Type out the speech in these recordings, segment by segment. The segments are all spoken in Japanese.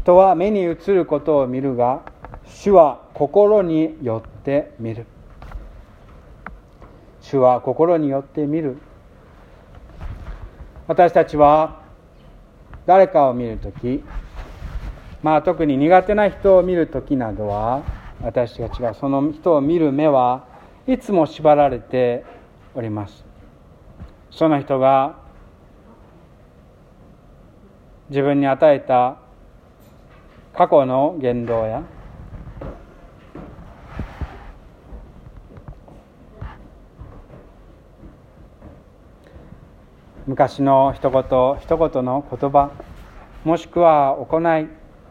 人は目に映ることを見るが、主は心によって見る。主は心によって見る。私たちは誰かを見るとき、特に苦手な人を見るときなどは、私たちがその人を見る目はいつも縛られております。その人が自分に与えた過去の言動や昔の一言一言の言葉、もしくは行い、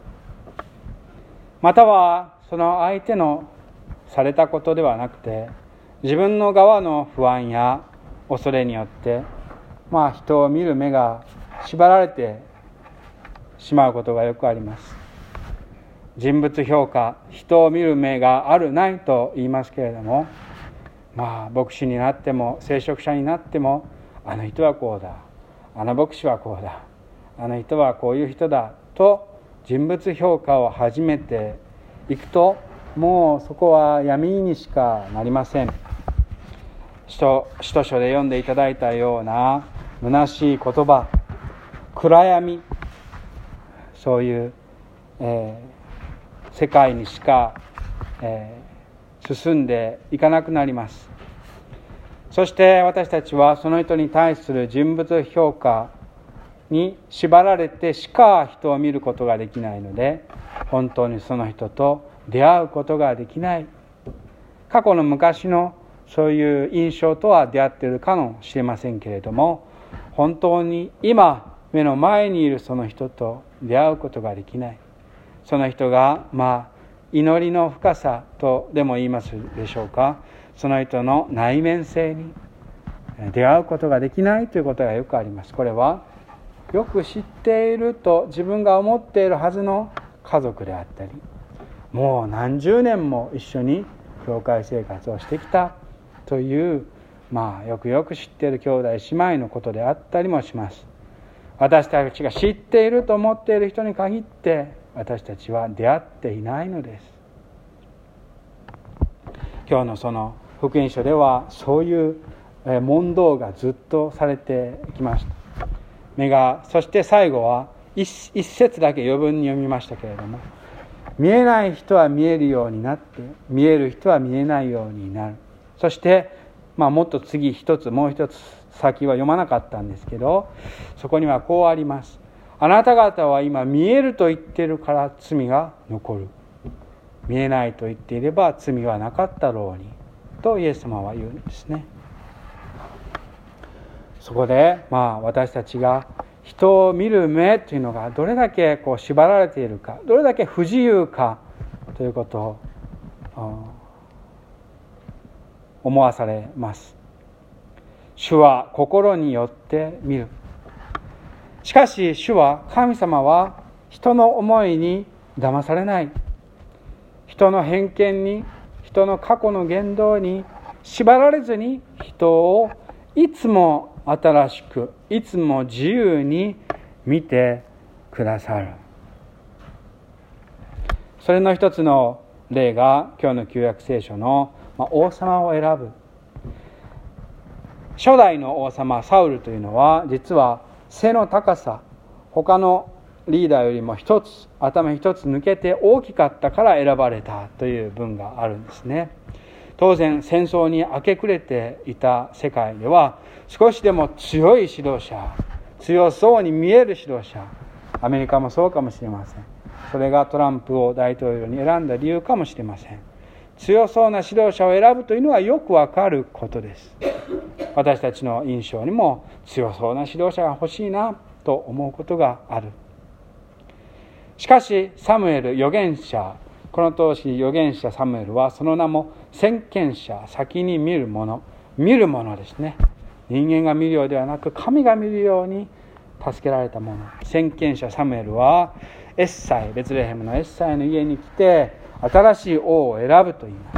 またはその相手のされたことではなくて、自分の側の不安や恐れによって人を見る目が縛られてしまうことがよくあります。人物評価、人を見る目があるないと言いますけれども、牧師になっても聖職者になっても、あの人はこうだ、あの牧師はこうだ、あの人はこういう人だと人物評価を始めていくと、もうそこは闇にしかなりません。使徒書で読んでいただいたような虚しい言葉、暗闇、そういう、世界にしか、進んでいかなくなります。そして私たちはその人に対する人物評価に縛られてしか人を見ることができないので、本当にその人と出会うことができない。過去の昔のそういう印象とは出会っているかもしれませんけれども、本当に今目の前にいるその人と出会うことができない。その人が祈りの深さとでも言いますでしょうか、その人の内面性に出会うことができないということがよくあります。これはよく知っていると自分が思っているはずの家族であったり、もう何十年も一緒に教会生活をしてきたという、よくよく知っている兄弟姉妹のことであったりもします。私たちが知っていると思っている人に限って私たちは出会っていないのです。今日のその福音書ではそういう問答がずっとされてきました。そして最後は一節だけ余分に読みましたけれども、見えない人は見えるようになって、見える人は見えないようになる。そしてもっともう一つ先は読まなかったんですけど、そこにはこうあります。あなた方は今見えると言っているから罪が残る。見えないと言っていれば罪はなかったろうにとイエス様は言うんですね。そこで私たちが人を見る目というのがどれだけ縛られているか、どれだけ不自由かということを思わされます。主は心によって見る。しかし神様は人の思いに騙されない。人の偏見に、人の過去の言動に縛られずに、人をいつも新しく、いつも自由に見てくださる。それの一つの例が今日の旧約聖書の王様を選ぶ。初代の王様サウルというのは、実は背の高さ、他のリーダーよりも頭一つ抜けて大きかったから選ばれたという文があるんですね。当然戦争に明け暮れていた世界では、少しでも強い指導者、強そうに見える指導者、アメリカもそうかもしれません。それがトランプを大統領に選んだ理由かもしれません。強そうな指導者を選ぶというのはよくわかることです。私たちの印象にも強そうな指導者が欲しいなと思うことがある。しかしサムエル預言者、この当時預言者サムエルはその名も先見者、先に見るものですね。人間が見るようではなく神が見るように助けられたもの。先見者サムエルはベツレヘムのエッサイの家に来て新しい王を選ぶと言います。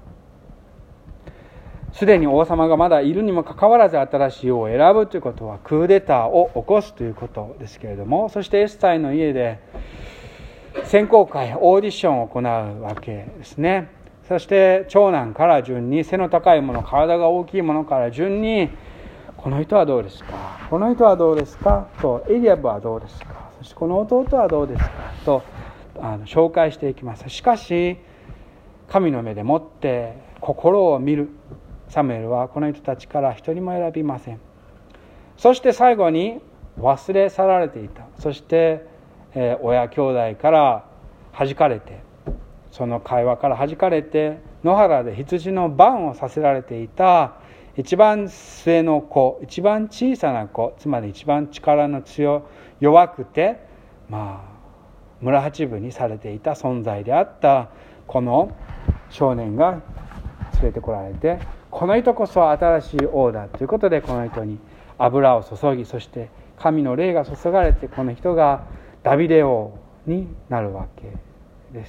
すでに王様がまだいるにもかかわらず新しい王を選ぶということはクーデターを起こすということですけれども、そしてエッサイの家で選考会オーディションを行うわけですね。そして長男から順に、背の高いもの、体が大きいものから順に、この人はどうですか、この人はどうですかと、エリアブはどうですか、そしてこの弟はどうですかと紹介していきます。しかし神の目でもって心を見るサムエルはこの人たちから一人も選びません。そして最後に忘れ去られていた、そして、親兄弟から弾かれて、その会話から弾かれて野原で羊の番をさせられていた一番末の子、一番小さな子、つまり一番力の弱くて、村八分にされていた存在であったこの少年が連れてこられて、この人こそ新しい王だということで、この人に油を注ぎ、そして神の霊が注がれて、この人がダビデ王になるわけです。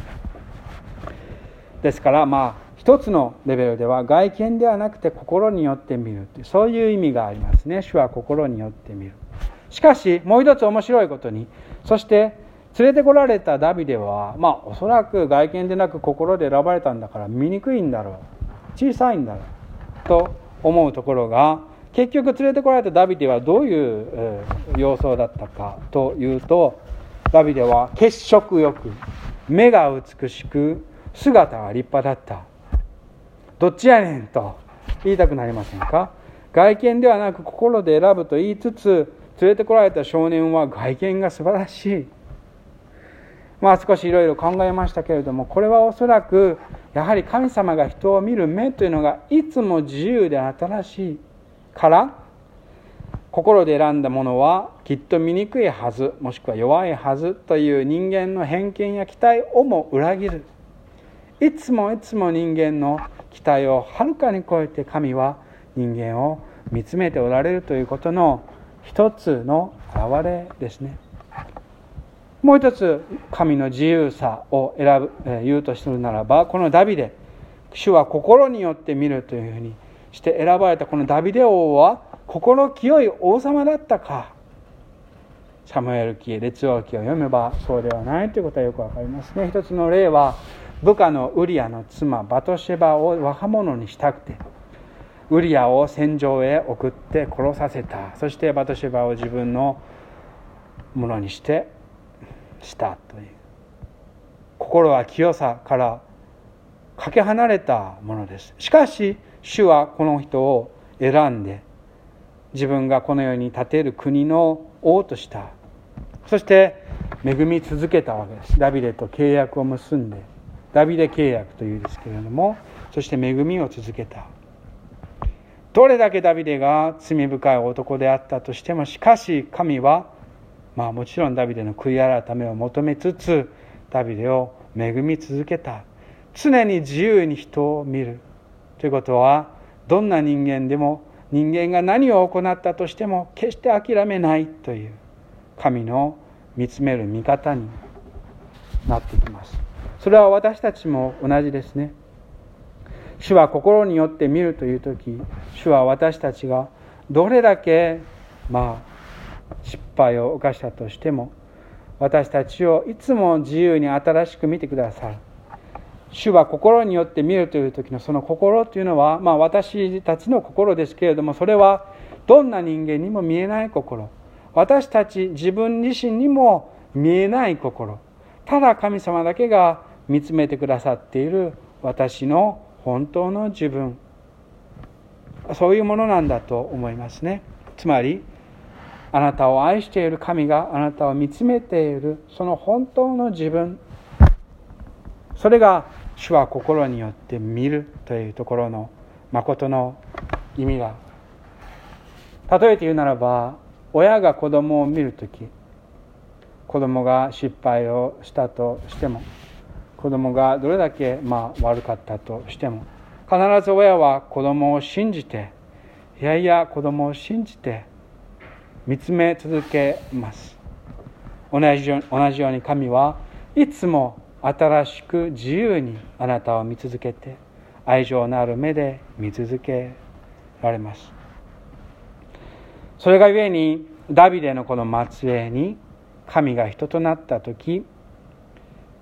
ですから一つのレベルでは外見ではなくて心によって見るという、そういう意味がありますね。主は心によって見る。しかしもう一つ面白いことに、そして連れてこられたダビデはおそらく外見でなく心で選ばれたんだから見にくいんだろう、小さいんだろうと思うところが、結局連れてこられたダビデはどういう様相だったかというと、ダビデは血色よく、目が美しく、姿は立派だった。どっちやねんと言いたくなりませんか。外見ではなく心で選ぶと言いつつ、連れてこられた少年は外見が素晴らしい。少しいろいろ考えましたけれども、これはおそらくやはり神様が人を見る目というのがいつも自由で新しいから、心で選んだものはきっと醜いはず、もしくは弱いはずという人間の偏見や期待をも裏切る。いつも人間の期待をはるかに超えて神は人間を見つめておられるということの一つの表れですね。もう一つ神の自由さを言うとするならば、このダビデ、主は心によって見るというふうにして選ばれたこのダビデ王は心清い王様だったか。サムエル記、列王記を読めばそうではないということはよくわかりますね。一つの例は、部下のウリアの妻バトシェバを若者にしたくてウリアを戦場へ送って殺させた。そしてバトシェバを自分のものにしたという、心は清さからかけ離れたものです。しかし主はこの人を選んで自分がこの世に立てる国の王とした。そして恵み続けたわけです。ダビデと契約を結んで、ダビデ契約というんですけれども、そして恵みを続けた。どれだけダビデが罪深い男であったとしても、しかし神はもちろんダビデの悔い改めを求めつつ、ダビデを恵み続けた。常に自由に人を見るということは、どんな人間でも、人間が何を行ったとしても決して諦めないという神の見つめる見方になってきます。それは私たちも同じですね。主は心によって見るというとき、主は私たちがどれだけ失敗を犯したとしても、私たちをいつも自由に新しく見てくださる。主は心によって見るという時のその心というのは、私たちの心ですけれども、それはどんな人間にも見えない心、私たち自分自身にも見えない心、ただ神様だけが見つめてくださっている私の本当の自分、そういうものなんだと思いますね。つまりあなたを愛している神があなたを見つめているその本当の自分、それが主は心によって見るというところの誠の意味だ。例えて言うならば、親が子供を見るとき、子供が失敗をしたとしても、子供がどれだけ悪かったとしても、必ず親は子供を信じて、子供を信じて見つめ続けます。同じように神はいつも新しく自由にあなたを見続けて、愛情のある目で見続けられます。それがゆえにダビデのこの末裔に神が人となったとき、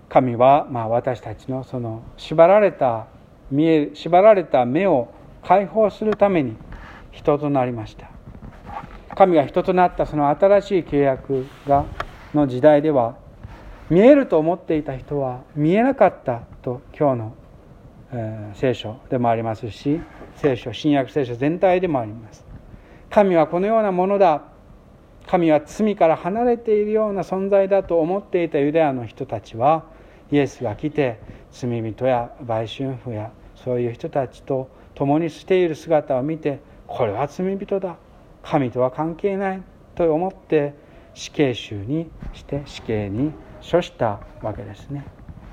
神は私たちのその縛られた目を解放するために人となりました。神が人となったその新しい契約の時代では、見えると思っていた人は見えなかったと今日の、聖書でもありますし、新約聖書全体でもあります。神はこのようなものだ、神は罪から離れているような存在だと思っていたユダヤの人たちは、イエスが来て罪人や売春婦やそういう人たちと共にしている姿を見て、これは罪人だ、神とは関係ないと思って死刑囚にして死刑に処したわけですね。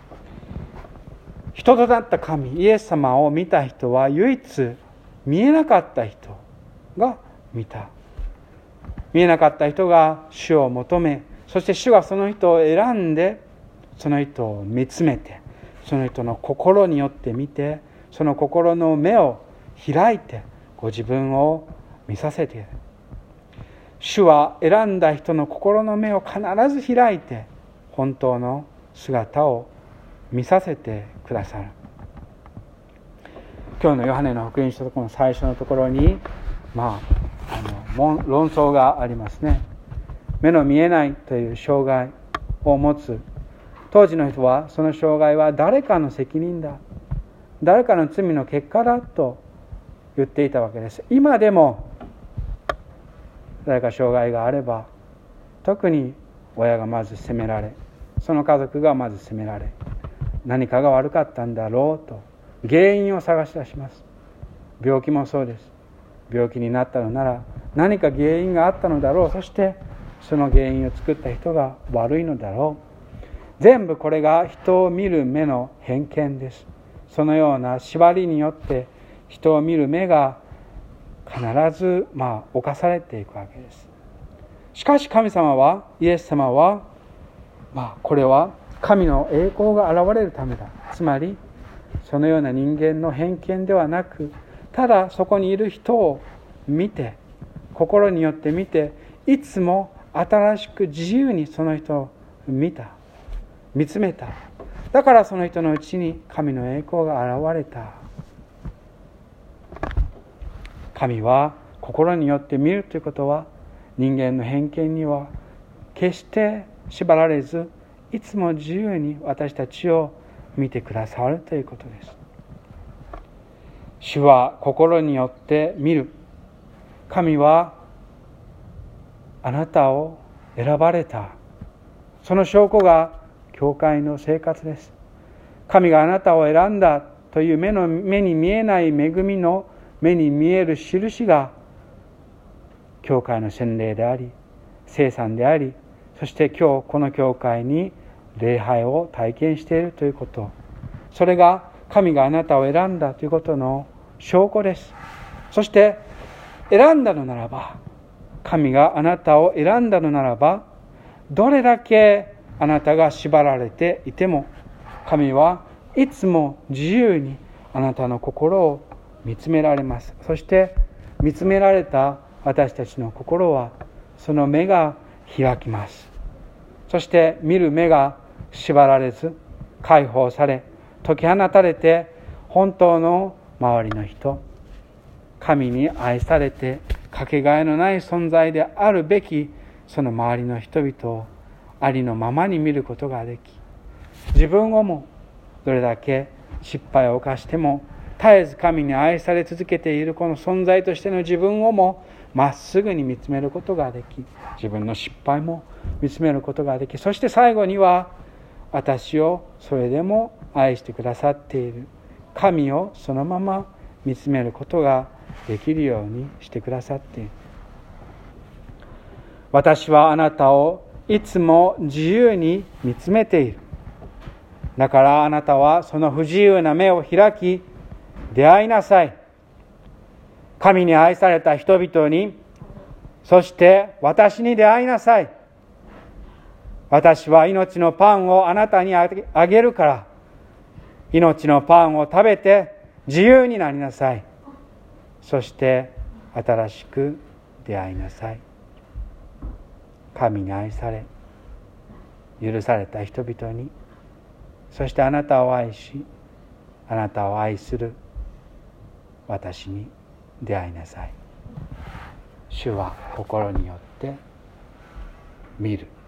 人となった神イエス様を見た人は、唯一見えなかった人が見た。見えなかった人が主を求め、そして主がその人を選んで、その人を見つめて、その人の心によって見て、その心の目を開いてご自分を見させている。主は選んだ人の心の目を必ず開いて、本当の姿を見させてくださる。今日のヨハネの福音書の最初のところに、論争がありますね。目の見えないという障害を持つ当時の人は、その障害は誰かの責任だ、誰かの罪の結果だと言っていたわけです。今でも誰か障害があれば、特に親がまず責められ、その家族がまず責められ、何かが悪かったんだろうと原因を探し出します。病気もそうです。病気になったのなら何か原因があったのだろう。そしてその原因を作った人が悪いのだろう。全部これが人を見る目の偏見です。そのような縛りによって人を見る目が必ず侵されていくわけです。しかし神様は、イエス様は、これは神の栄光が現れるためだ。つまりそのような人間の偏見ではなく、ただそこにいる人を見て、心によって見て、いつも新しく自由にその人を見つめた。だからその人のうちに神の栄光が現れた。神は心によって見るということは、人間の偏見には決して縛られず、いつも自由に私たちを見てくださるということです。主は心によって見る。神はあなたを選ばれた。その証拠が教会の生活です。神があなたを選んだという目に見えない恵みの目に見える印が教会の洗礼であり、聖餐であり、そして今日この教会に礼拝を体験しているということ、それが神があなたを選んだということの証拠です。そして選んだのならば、神があなたを選んだのならば、どれだけあなたが縛られていても、神はいつも自由にあなたの心を見つめられます。そして見つめられた私たちの心は、その目が開きます。そして見る目が縛られず解放され、解き放たれて、本当の周りの人、神に愛されてかけがえのない存在であるべきその周りの人々をありのままに見ることができ、自分をもどれだけ失敗を犯しても絶えず神に愛され続けているこの存在としての自分をもまっすぐに見つめることができ、自分の失敗も見つめることができ、そして最後には私をそれでも愛してくださっている神をそのまま見つめることができるようにしてくださっている。私はあなたをいつも自由に見つめている。だからあなたはその不自由な目を開き出会いなさい。神に愛された人々に、そして私に出会いなさい。私は命のパンをあなたにあげるから、命のパンを食べて自由になりなさい。そして新しく出会いなさい。神に愛され許された人々にそしてあなたを愛し、あなたを愛する私に出会いなさい。主は心によって見る。